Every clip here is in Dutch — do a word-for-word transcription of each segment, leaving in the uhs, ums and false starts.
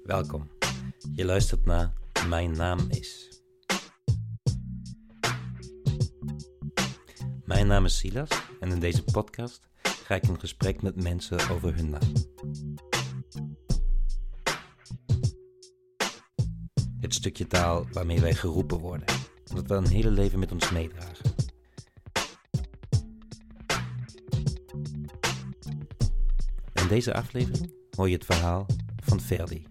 Welkom. Je luistert naar Mijn naam is. Mijn naam is Silas en in deze podcast ga ik in gesprek met mensen over hun naam. Het stukje taal waarmee wij geroepen worden, dat we een hele leven met ons meedragen. In deze aflevering hoor je het verhaal van Ferdi.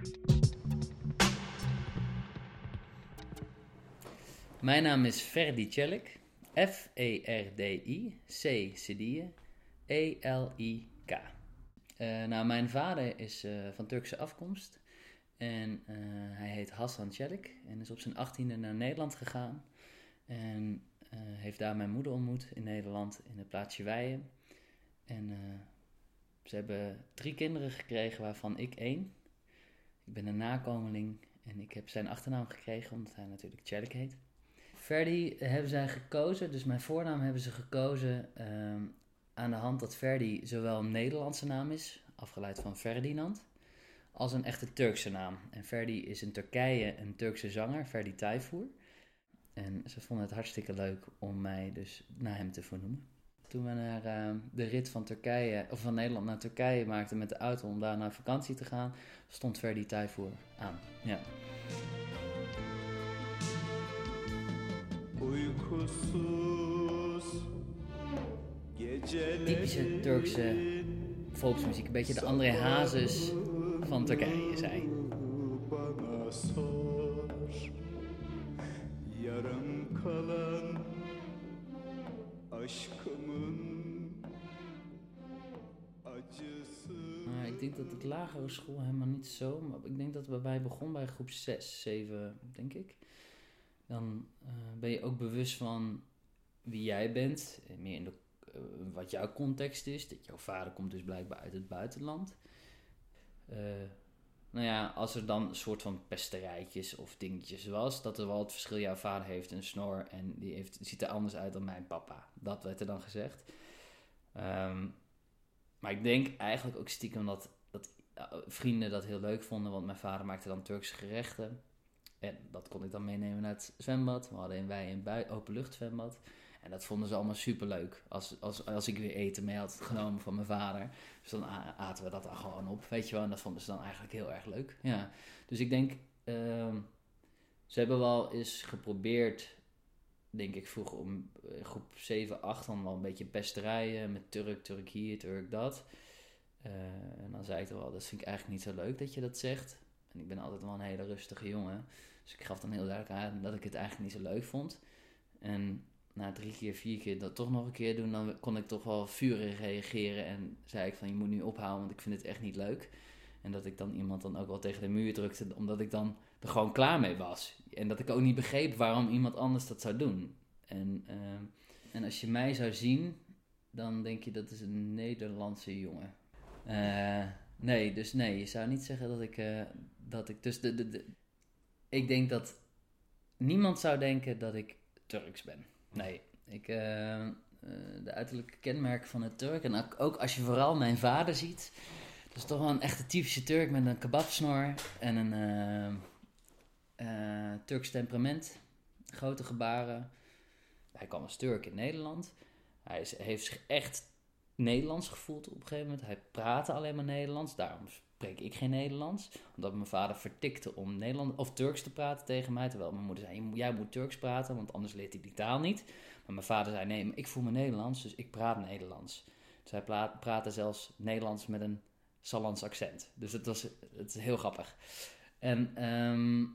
Mijn naam is Ferdi Çelik, F E R D I, C Cedille, E L I K. Uh, nou, mijn vader is uh, van Turkse afkomst en uh, hij heet Hasan Çelik en is op zijn achttiende naar Nederland gegaan. En uh, heeft daar mijn moeder ontmoet in Nederland, in het plaatsje Weijen. En uh, ze hebben drie kinderen gekregen, waarvan ik één. Ik ben een nakomeling en ik heb zijn achternaam gekregen, omdat hij natuurlijk Çelik heet. Ferdi hebben zij gekozen, dus mijn voornaam hebben ze gekozen um, aan de hand dat Ferdi zowel een Nederlandse naam is, afgeleid van Ferdinand, als een echte Turkse naam. En Ferdi is in Turkije een Turkse zanger, Ferdi Tayfur. En ze vonden het hartstikke leuk om mij dus naar hem te vernoemen. Toen we naar uh, de rit van Turkije, of van Nederland naar Turkije maakten met de auto om daar naar vakantie te gaan, stond Ferdi Tayfur aan. Ja. Typische Turkse volksmuziek, een beetje de André Hazes van Turkije, zei. Nou, ik denk dat het lagere school helemaal niet zo, maar ik denk dat het bij mij begon bij groep zes, zeven, denk ik. Dan uh, ben je ook bewust van wie jij bent, meer in de, uh, wat jouw context is. Dat jouw vader komt dus blijkbaar uit het buitenland. Uh, nou ja, als er dan een soort van pesterijtjes of dingetjes was, dat er wel het verschil, jouw vader heeft een snor en die heeft, ziet er anders uit dan mijn papa. Dat werd er dan gezegd. Um, maar ik denk eigenlijk ook stiekem dat, dat uh, vrienden dat heel leuk vonden, want mijn vader maakte dan Turkse gerechten. En dat kon ik dan meenemen naar het zwembad. We hadden in wij een bui- openluchtzwembad. En dat vonden ze allemaal superleuk. Als, als, als ik weer eten mee had genomen van mijn vader. Dus dan aten we dat dan gewoon op. Weet je wel. En dat vonden ze dan eigenlijk heel erg leuk. Ja. Dus ik denk... Uh, ze hebben wel eens geprobeerd... Denk ik vroeger om uh, groep zeven, acht... Dan wel een beetje pesterijen. Met Turk, Turk hier, Turk dat. Uh, en dan zei ik wel... Dat vind ik eigenlijk niet zo leuk dat je dat zegt... En ik ben altijd wel een hele rustige jongen. Dus ik gaf dan heel duidelijk aan dat ik het eigenlijk niet zo leuk vond. En na drie keer, vier keer dat toch nog een keer doen, dan kon ik toch wel vurig reageren. En zei ik van, je moet nu ophouden, want ik vind het echt niet leuk. En dat ik dan iemand dan ook wel tegen de muur drukte, omdat ik dan er gewoon klaar mee was. En dat ik ook niet begreep waarom iemand anders dat zou doen. En, uh, en als je mij zou zien, dan denk je dat is een Nederlandse jongen. Eh... Uh, Nee, dus nee, je zou niet zeggen dat ik, uh, dat ik dus de, de, de, ik denk dat niemand zou denken dat ik Turks ben. Nee, ik, uh, uh, de uiterlijke kenmerken van een Turk, en ook, ook als je vooral mijn vader ziet, dat is toch wel een echte typische Turk met een kebabsnor en een uh, uh, Turks temperament, grote gebaren. Hij kwam als Turk in Nederland, hij is, heeft zich echt Nederlands gevoeld op een gegeven moment. Hij praatte alleen maar Nederlands. Daarom spreek ik geen Nederlands. Omdat mijn vader vertikte om Nederlands of Turks te praten tegen mij. Terwijl mijn moeder zei, jij moet Turks praten, want anders leert hij die taal niet. Maar mijn vader zei, nee, maar ik voel me Nederlands, dus ik praat Nederlands. Dus hij pra- praatte zelfs Nederlands met een Sallands accent. Dus het was het is heel grappig. En um,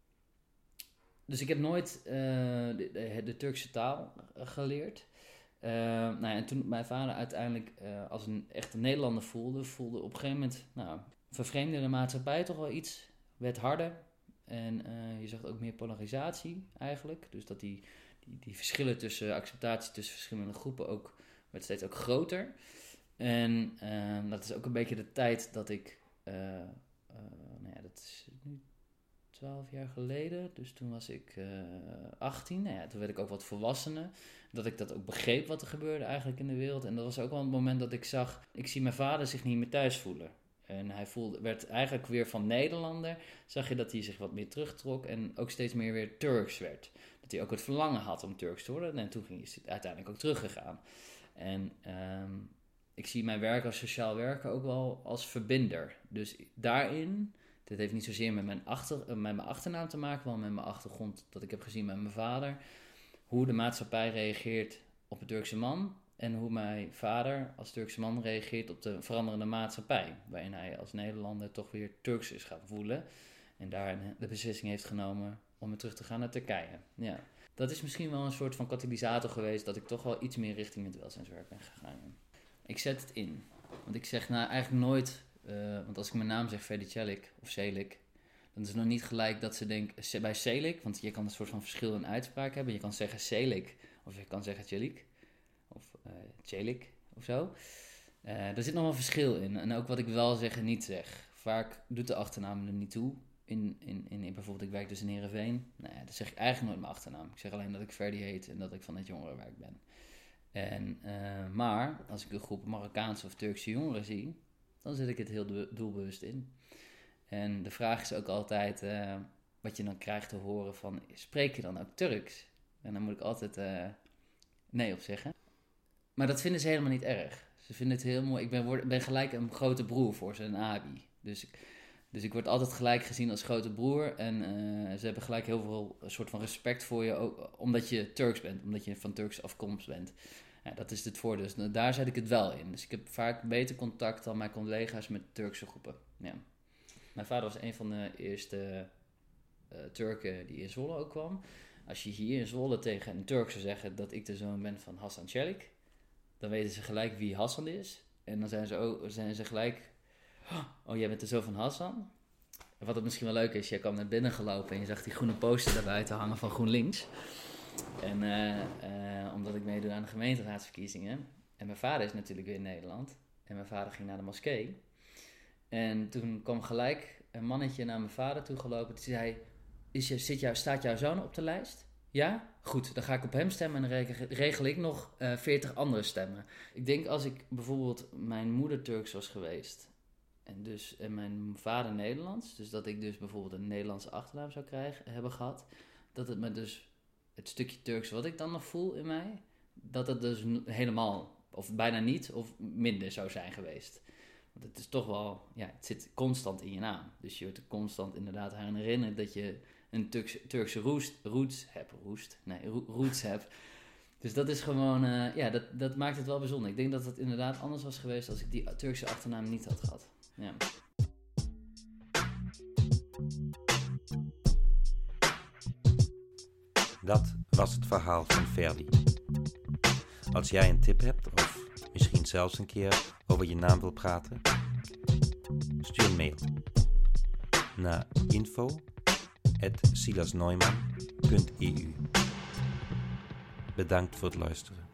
dus ik heb nooit uh, de, de, de Turkse taal geleerd. Uh, nou ja, en toen mijn vader uiteindelijk uh, als een echte Nederlander voelde, voelde op een gegeven moment, nou, vervreemde de maatschappij toch wel iets, werd harder. En uh, je zag ook meer polarisatie eigenlijk. Dus dat die, die, die verschillen tussen acceptatie tussen verschillende groepen ook, werd steeds ook groter. En uh, dat is ook een beetje de tijd dat ik, uh, uh, nou ja, dat is nu twaalf jaar geleden, dus toen was ik uh, achttien. Nou ja, toen werd ik ook wat volwassener. Dat ik dat ook begreep wat er gebeurde eigenlijk in de wereld. En dat was ook wel een moment dat ik zag, ik zie mijn vader zich niet meer thuis voelen. En hij voelde, werd eigenlijk weer van Nederlander. Zag je dat hij zich wat meer terugtrok en ook steeds meer weer Turks werd. Dat hij ook het verlangen had om Turks te worden. En toen ging hij uiteindelijk ook teruggegaan. En um, ik zie mijn werk als sociaal werker ook wel als verbinder. Dus daarin, dit heeft niet zozeer met mijn, achter, met mijn achternaam te maken, wel met mijn achtergrond dat ik heb gezien met mijn vader. Hoe de maatschappij reageert op een Turkse man. En hoe mijn vader als Turkse man reageert op de veranderende maatschappij. Waarin hij als Nederlander toch weer Turks is gaan voelen. En daar de beslissing heeft genomen om weer terug te gaan naar Turkije. Ja. Dat is misschien wel een soort van katalysator geweest dat ik toch wel iets meer richting het welzijnswerk ben gegaan. Ik zet het in. Want ik zeg nou eigenlijk nooit, uh, want als ik mijn naam zeg Ferdi Çelik of Çelik, dan is het nog niet gelijk dat ze denken, bij Çelik, want je kan een soort van verschil in uitspraak hebben. Je kan zeggen Çelik of je kan zeggen Çelik of uh, Çelik of zo. Uh, er zit nog wel een verschil in. En ook wat ik wel zeg en niet zeg. Vaak doet de achternaam er niet toe. In, in, in, in bijvoorbeeld, ik werk dus in Heerenveen. Nou ja, dan zeg ik eigenlijk nooit mijn achternaam. Ik zeg alleen dat ik Ferdi heet en dat ik van het jongerenwerk ben. En, uh, maar als ik een groep Marokkaanse of Turkse jongeren zie, dan zet ik het heel do- doelbewust in. En de vraag is ook altijd, uh, wat je dan krijgt te horen van, spreek je dan ook Turks? En dan moet ik altijd uh, nee op zeggen. Maar dat vinden ze helemaal niet erg. Ze vinden het heel mooi. Ik ben, word, ben gelijk een grote broer voor ze, een abi. Dus ik, dus ik word altijd gelijk gezien als grote broer. En uh, ze hebben gelijk heel veel een soort van respect voor je, ook, omdat je Turks bent. Omdat je van Turkse afkomst bent. Ja, dat is het voordeel. Dus daar zet ik het wel in. Dus ik heb vaak beter contact dan mijn collega's met Turkse groepen. Ja. Mijn vader was een van de eerste uh, Turken die in Zwolle ook kwam. Als je hier in Zwolle tegen een Turk zou zeggen dat ik de zoon ben van Hasan Çelik, dan weten ze gelijk wie Hassan is. En dan zijn ze, ook, zijn ze gelijk, oh, jij bent de zoon van Hassan. En wat het misschien wel leuk is, jij kwam naar binnen gelopen en je zag die groene poster daar buiten hangen van GroenLinks. En uh, uh, omdat ik meedoe aan de gemeenteraadsverkiezingen. En mijn vader is natuurlijk weer in Nederland. En mijn vader ging naar de moskee. En toen kwam gelijk een mannetje naar mijn vader toe gelopen. Die zei, is je, zit jou, staat jouw zoon op de lijst? Ja? Goed, dan ga ik op hem stemmen en dan regel ik nog uh, veertig andere stemmen. Ik denk als ik bijvoorbeeld mijn moeder Turks was geweest en, dus, en mijn vader Nederlands, dus dat ik dus bijvoorbeeld een Nederlandse achternaam zou krijgen, hebben gehad, dat het me dus het stukje Turks wat ik dan nog voel in mij, dat het dus helemaal, of bijna niet, of minder zou zijn geweest. Want het is toch wel, ja, het zit constant in je naam. Dus je wordt er constant inderdaad aan herinneren dat je een Turkse, Turkse roots, roots hebt. Roost? Nee, ro- roots hebt. Dus dat is gewoon, uh, ja, dat, dat maakt het wel bijzonder. Ik denk dat het inderdaad anders was geweest als ik die Turkse achternaam niet had gehad. Ja. Dat was het verhaal van Ferdi. Als jij een tip hebt, of misschien zelfs een keer over je naam wil praten, stuur een mail naar info at silasneumann punt e u. Bedankt voor het luisteren.